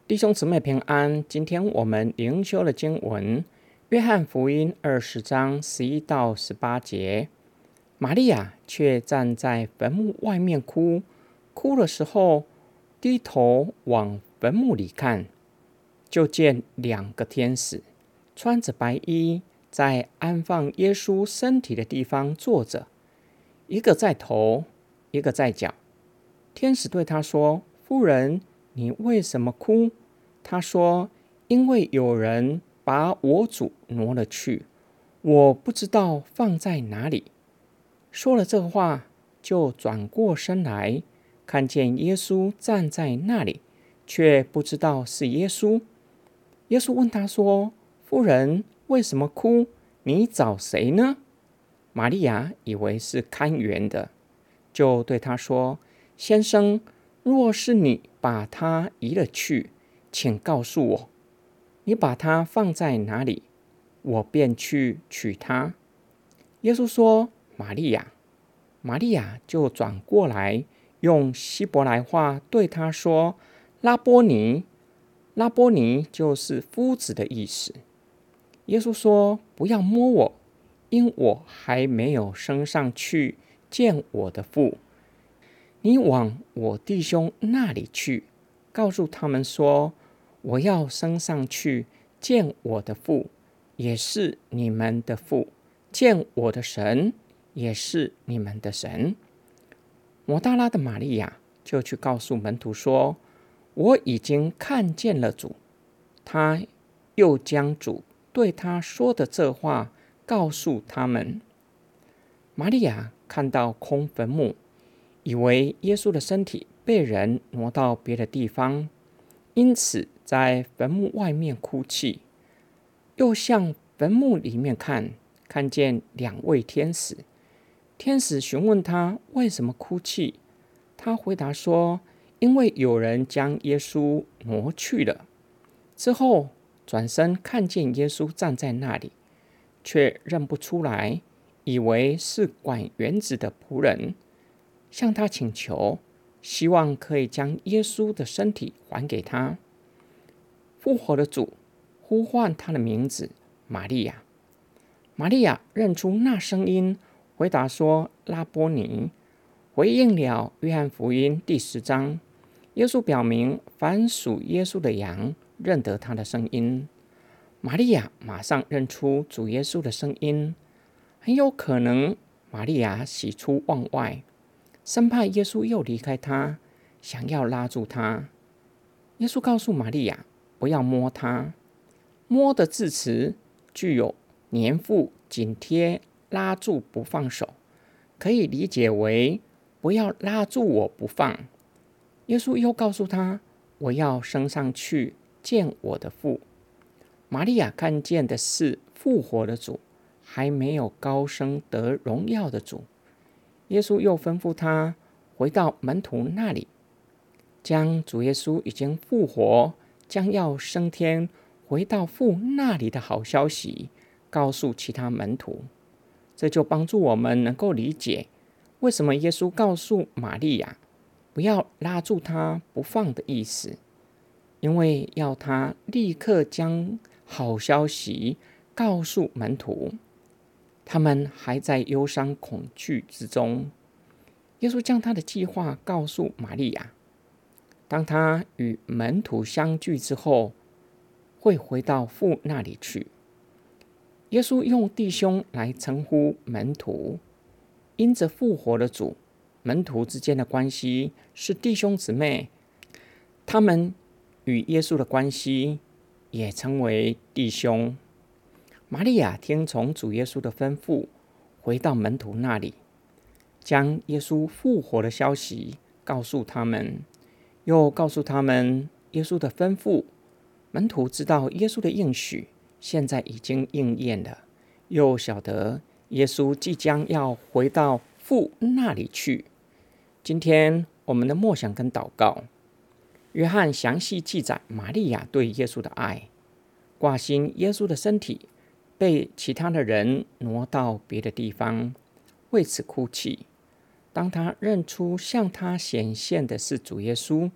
弟兄姊妹平安，今天我们灵修的经文，约翰福音20章11到18节。玛利亚却站在坟墓外面哭，哭的时候低头往坟墓里看，就见2个天使穿着白衣，在安放耶稣身体的地方坐着，一个在头，一个在脚。天使对他说：“夫人，你为什么哭？”他说：“因为有人把我主挪了去，我不知道放在哪里。”说了这话，就转过身来，看见耶稣站在那里，却不知道是耶稣。耶稣问他说：“夫人，为什么哭？你找谁呢？”玛利亚以为是看园的，就对他说：“先生，若是你把他移了去，请告诉我，你把他放在哪里，我便去取他。”耶稣说：“玛利亚。”玛利亚就转过来，用希伯来话对他说：“拉波尼。”拉波尼就是夫子的意思。耶稣说：“不要摸我，因我还没有升上去见我的父。你往我弟兄那里去，告诉他们说，我要升上去见我的父，也是你们的父；见我的神，也是你们的神。”抹大拉的玛利亚就去告诉门徒说：“我已经看见了主。”他又将主对他说的这话告诉他们。玛利亚看到空坟墓，以为耶稣的身体被人挪到别的地方，因此在坟墓外面哭泣。又向坟墓里面看，看见2位天使。天使询问他为什么哭泣，他回答说：“因为有人将耶稣挪去了。”之后转身看见耶稣站在那里，却认不出来，以为是管园子的仆人，向他请求，希望可以将耶稣的身体还给他。复活的主呼唤他的名字玛利亚。玛利亚认出那声音，回答说：“拉波尼。”回应了约翰福音第10章，耶稣表明凡属耶稣的羊认得他的声音。玛利亚马上认出主耶稣的声音，很有可能玛利亚喜出望外，生怕耶稣又离开他，想要拉住他。耶稣告诉玛利亚不要摸他。摸的字词具有黏附、紧贴、拉住不放手，可以理解为不要拉住我不放。耶稣又告诉他：“我要升上去见我的父。”玛利亚看见的是复活的主，还没有高升得荣耀的主。耶稣又吩咐他回到门徒那里，将主耶稣已经复活，将要升天，回到父那里的好消息告诉其他门徒。这就帮助我们能够理解为什么耶稣告诉玛利亚不要拉住他不放的意思，因为要他立刻将好消息告诉门徒，他们还在忧伤恐惧之中。耶稣将他的计划告诉玛利亚，当他与门徒相聚之后，会回到父那里去。耶稣用弟兄来称呼门徒，因着复活的主，门徒之间的关系是弟兄姊妹，他们与耶稣的关系也称为弟兄。玛利亚听从主耶稣的吩咐，回到门徒那里，将耶稣复活的消息告诉他们，又告诉他们耶稣的吩咐。门徒知道耶稣的应许现在已经应验了，又晓得耶稣即将要回到父那里去。今天我们的默想跟祷告，约翰详细记载玛利亚对耶稣的爱，挂心耶稣的身体被其他的人挪到别的地方，为此哭泣。当他认出向他显现的是主耶稣，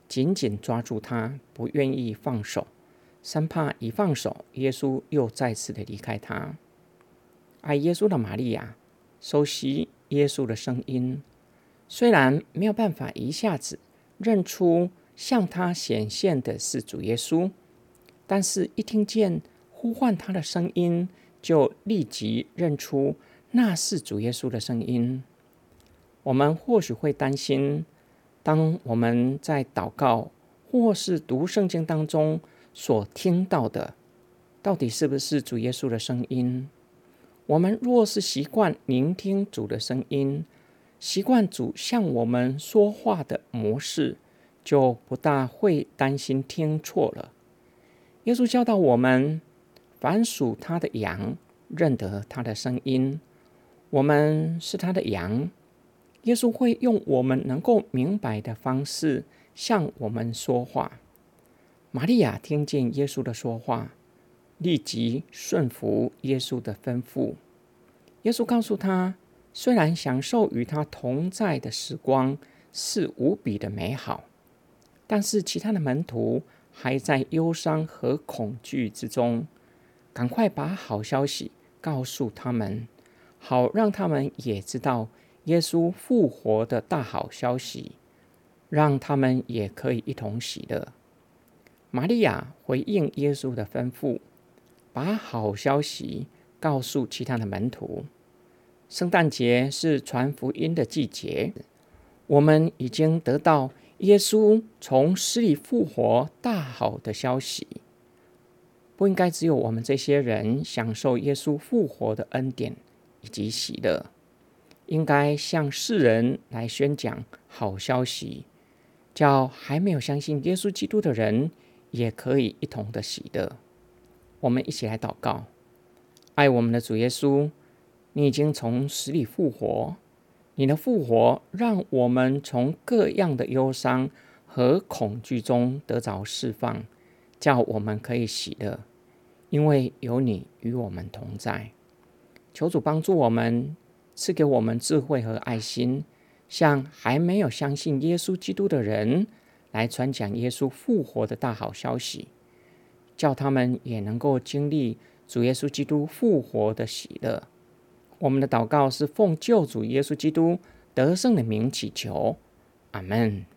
紧紧抓住他，不愿意放手，生怕一放手，耶稣又再次的离开他。爱耶稣的玛利亚熟悉耶稣的声音，虽然没有办法一下子认出向他显现的是主耶稣，但是一听见呼唤他的声音，就立即认出那是主耶稣的声音。我们或许会担心，当我们在祷告或是读圣经当中所听到的，到底是不是主耶稣的声音？我们若是习惯聆听主的声音，习惯主向我们说话的模式，就不大会担心听错了。耶稣教导我们，凡属他的羊，认得他的声音。我们是他的羊，耶稣会用我们能够明白的方式向我们说话。玛利亚听见耶稣的说话，立即顺服耶稣的吩咐。耶稣告诉他，虽然享受与他同在的时光是无比的美好，但是其他的门徒还在忧伤和恐惧之中。赶快把好消息告诉他们，好让他们也知道耶稣复活的大好消息，让他们也可以一同喜乐。玛利亚回应耶稣的吩咐，把好消息告诉其他的门徒。圣诞节是传福音的季节，我们已经得到耶稣从死里复活大好的消息。不应该只有我们这些人享受耶稣复活的恩典以及喜乐，应该向世人来宣讲好消息，叫还没有相信耶稣基督的人也可以一同的喜乐。我们一起来祷告。爱我们的主耶稣，你已经从死里复活，你的复活让我们从各样的忧伤和恐惧中得着释放，叫我们可以喜乐，因为有你与我们同在。求主帮助我们，赐给我们智慧和爱心，向还没有相信耶稣基督的人来传讲耶稣复活的大好消息，叫他们也能够经历主耶稣基督复活的喜乐。我们的祷告是奉救主耶稣基督得胜的名祈求，阿们。